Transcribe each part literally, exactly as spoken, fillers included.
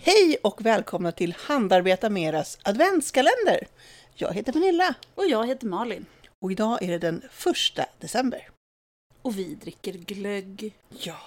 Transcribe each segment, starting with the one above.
Hej och välkomna till Handarbeta Meras adventskalender. Jag heter Pernilla. Och jag heter Malin. Och idag är det den första december. Och vi dricker glögg. Ja.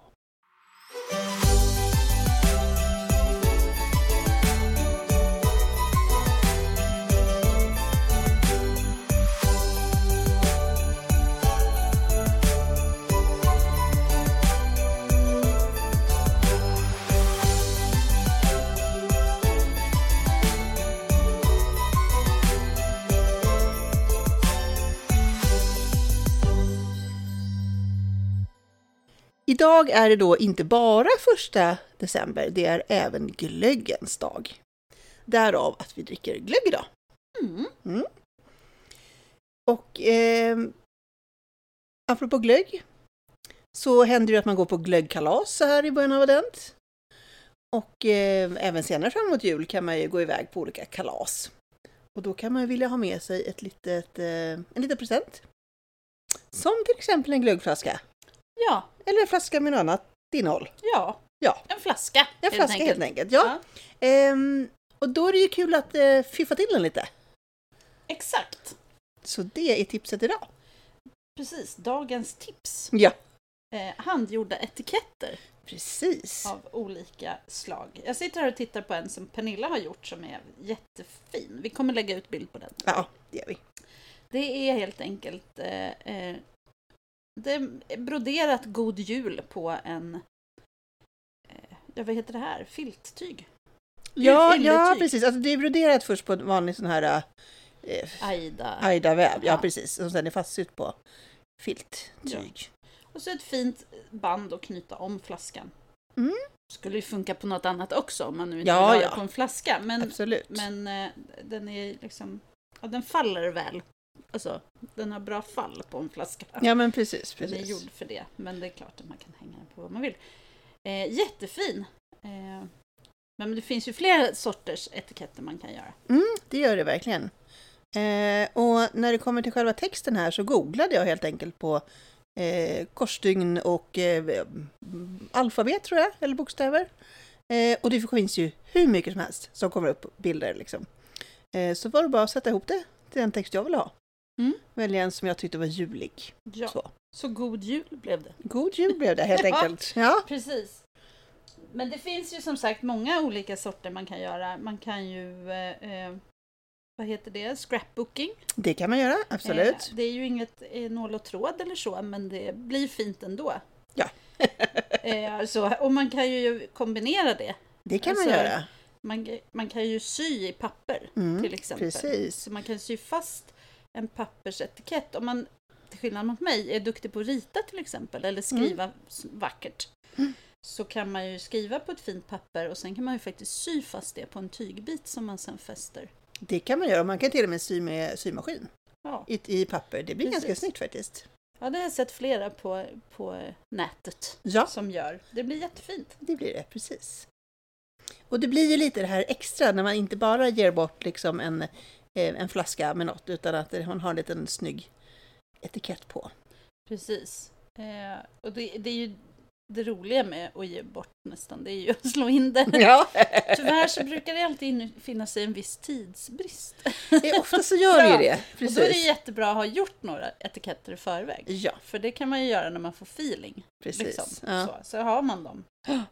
Idag är det då inte bara första december, det är även glöggens dag. Därav att vi dricker glögg idag. Mm. Mm. Och eh, apropå glögg så händer det att man går på glöggkalas så här i början av advent. Och eh, även senare fram emot jul kan man ju gå iväg på olika kalas. Och då kan man ju vilja ha med sig ett litet, eh, en liten present. Som till exempel en glöggflaska. Ja. Eller en flaska med något annat innehåll. Ja. Ja. En flaska. En flaska helt enkelt. Helt enkelt. Ja. Ja. Ehm, och då är det ju kul att eh, fiffa till den lite. Exakt. Så det är tipset idag. Precis. Dagens tips. Ja. Eh, handgjorda etiketter. Precis. Av olika slag. Jag sitter här och tittar på en som Pernilla har gjort som är jättefin. Vi kommer lägga ut bild på den. Ja, det gör vi. Det är helt enkelt eh, eh, det är broderat god jul på en eh, ja, vad heter det här? Filttyg. Ja, Ylletyg. ja precis. Alltså, det är broderat först på en vanlig sån här eh, Aida. Aida-väv. Ja, Ja. precis. Och sen är fastsytt på filttyg. Och så ett fint band att knyta om flaskan. Mm. Skulle ju funka på något annat också om man nu inte Ja, vill ha ja. det på en flaska. Men, Absolut. men eh, den är liksom, ja, den faller väl. Alltså, den har bra fall på en flaska. Ja, men precis. Den är precis. gjord för det. Men det är klart att man kan hänga den på vad man vill. Eh, jättefin. Eh, men det finns ju flera sorters etiketter man kan göra. Mm, det gör det verkligen. Eh, och när det kommer till själva texten här så googlade jag helt enkelt på eh, korsstygn och eh, alfabet tror jag, eller bokstäver. Eh, och det finns ju hur mycket som helst som kommer upp bilder liksom. Eh, så var det bara att sätta ihop det till den text jag vill ha. Mm. Välja en som jag tyckte var julig. Ja. Så. Så god jul blev det. God jul blev det helt Ja. enkelt. Ja. Precis. Men det finns ju som sagt många olika sorter man kan göra. Man kan ju, eh, eh, vad heter det? Scrapbooking. Det kan man göra, absolut. Eh, det är ju inget eh, nål och tråd eller så, men det blir fint ändå. Ja. eh, så, och man kan ju kombinera det. Det kan Alltså, man göra. Man, man kan ju sy i papper Mm, till exempel. precis. Så man kan sy fast en pappersetikett. Om man, till skillnad mot mig, är duktig på att rita till exempel. Eller skriva mm. vackert. Mm. Så kan man ju skriva på ett fint papper. Och sen kan man ju faktiskt sy fast det på en tygbit som man sen fäster. Det kan man göra. Man kan till och med sy med symaskin. Ja, I, i papper. Det blir Precis. ganska snyggt faktiskt. ja det har jag sett flera på, på nätet Ja. som gör. Det blir jättefint. Det blir det, precis. Och det blir ju lite det här extra när man inte bara ger bort liksom en, eh, en flaska med något utan att man har en liten snygg etikett på. Precis. Eh, och det, det är ju det roliga med att ge bort nästan. Det är ju att slå in den. Ja, Tyvärr så brukar det alltid finna sig en viss tidsbrist. det ofta så gör det ju det. Och då är det Precis. jättebra att ha gjort några etiketter i förväg. Ja, För det kan man ju göra när man får feeling. precis. Liksom. Ja. Så, så har man dem.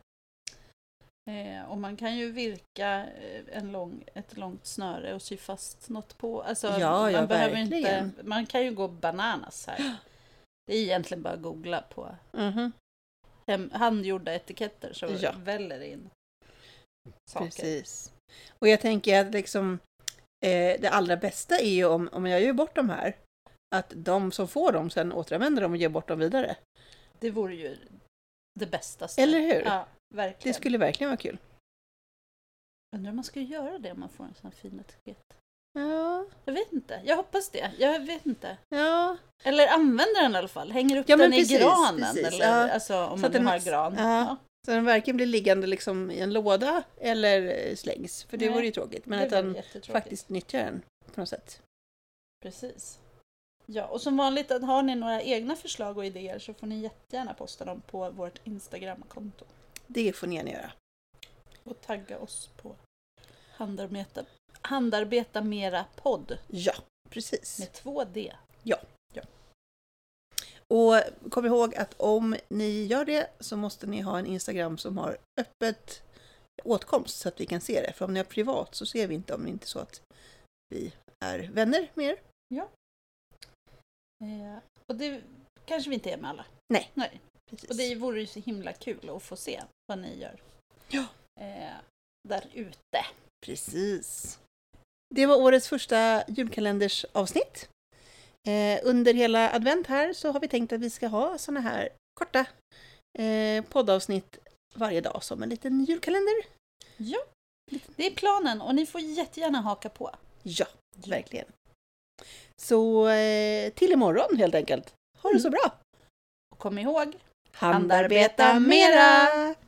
Eh, och man kan ju virka eh, en lång, ett långt snöre och sy fast något på. Alltså, Ja, ja, man behöver verkligen. inte, man kan ju gå bananas här. Det är egentligen bara att googla på Mhm. hem, handgjorda etiketter så Ja. väller det in saker. Precis. Och jag tänker att liksom, eh, det allra bästa är ju om, om jag gör bort de här, att de som får dem sen återanvänder dem och ger bort dem vidare. Det vore ju det bästa. Eller hur? Ja, verkligen. Det skulle verkligen vara kul. Undrar om man skulle göra det om man får en sån här fin etikett. Ja, Jag vet inte. Jag hoppas det. Jag vet inte. ja. Eller använder den i alla fall. Hänger upp Ja, men den precis, i granen. precis, Eller, ja. alltså, om Så man att nu den- har gran. ja. Ja, Så den verkligen blir liggande liksom i en låda eller slängs. För det Nej, vore ju tråkigt. Men det att var den jättetråkigt. faktiskt nyttjar den på något sätt. Precis. Ja, och som vanligt att har ni några egna förslag och idéer så får ni jättegärna posta dem på vårt Instagram-konto. Det får ni gärna göra. Och tagga oss på Handarbeta, handarbeta mera podd. Ja, precis. Med två D. Ja. ja. Och kom ihåg att om ni gör det så måste ni ha en Instagram som har öppet åtkomst så att vi kan se det. För om ni har privat så ser vi inte, om det inte är så att vi är vänner med er. Ja. Eh, och det kanske vi inte är med alla. Nej. Nej. Precis. Och det vore ju så himla kul att få se vad ni gör. Ja. Eh, där ute. Precis. Det var årets första julkalenders avsnitt. Eh, under hela advent här så har vi tänkt att vi ska ha såna här korta eh, poddavsnitt varje dag som en liten julkalender. Ja, det är planen och ni får jättegärna haka på. Ja, verkligen. Så eh, till imorgon helt enkelt. Ha det så bra! Och kom ihåg, handarbeta mera!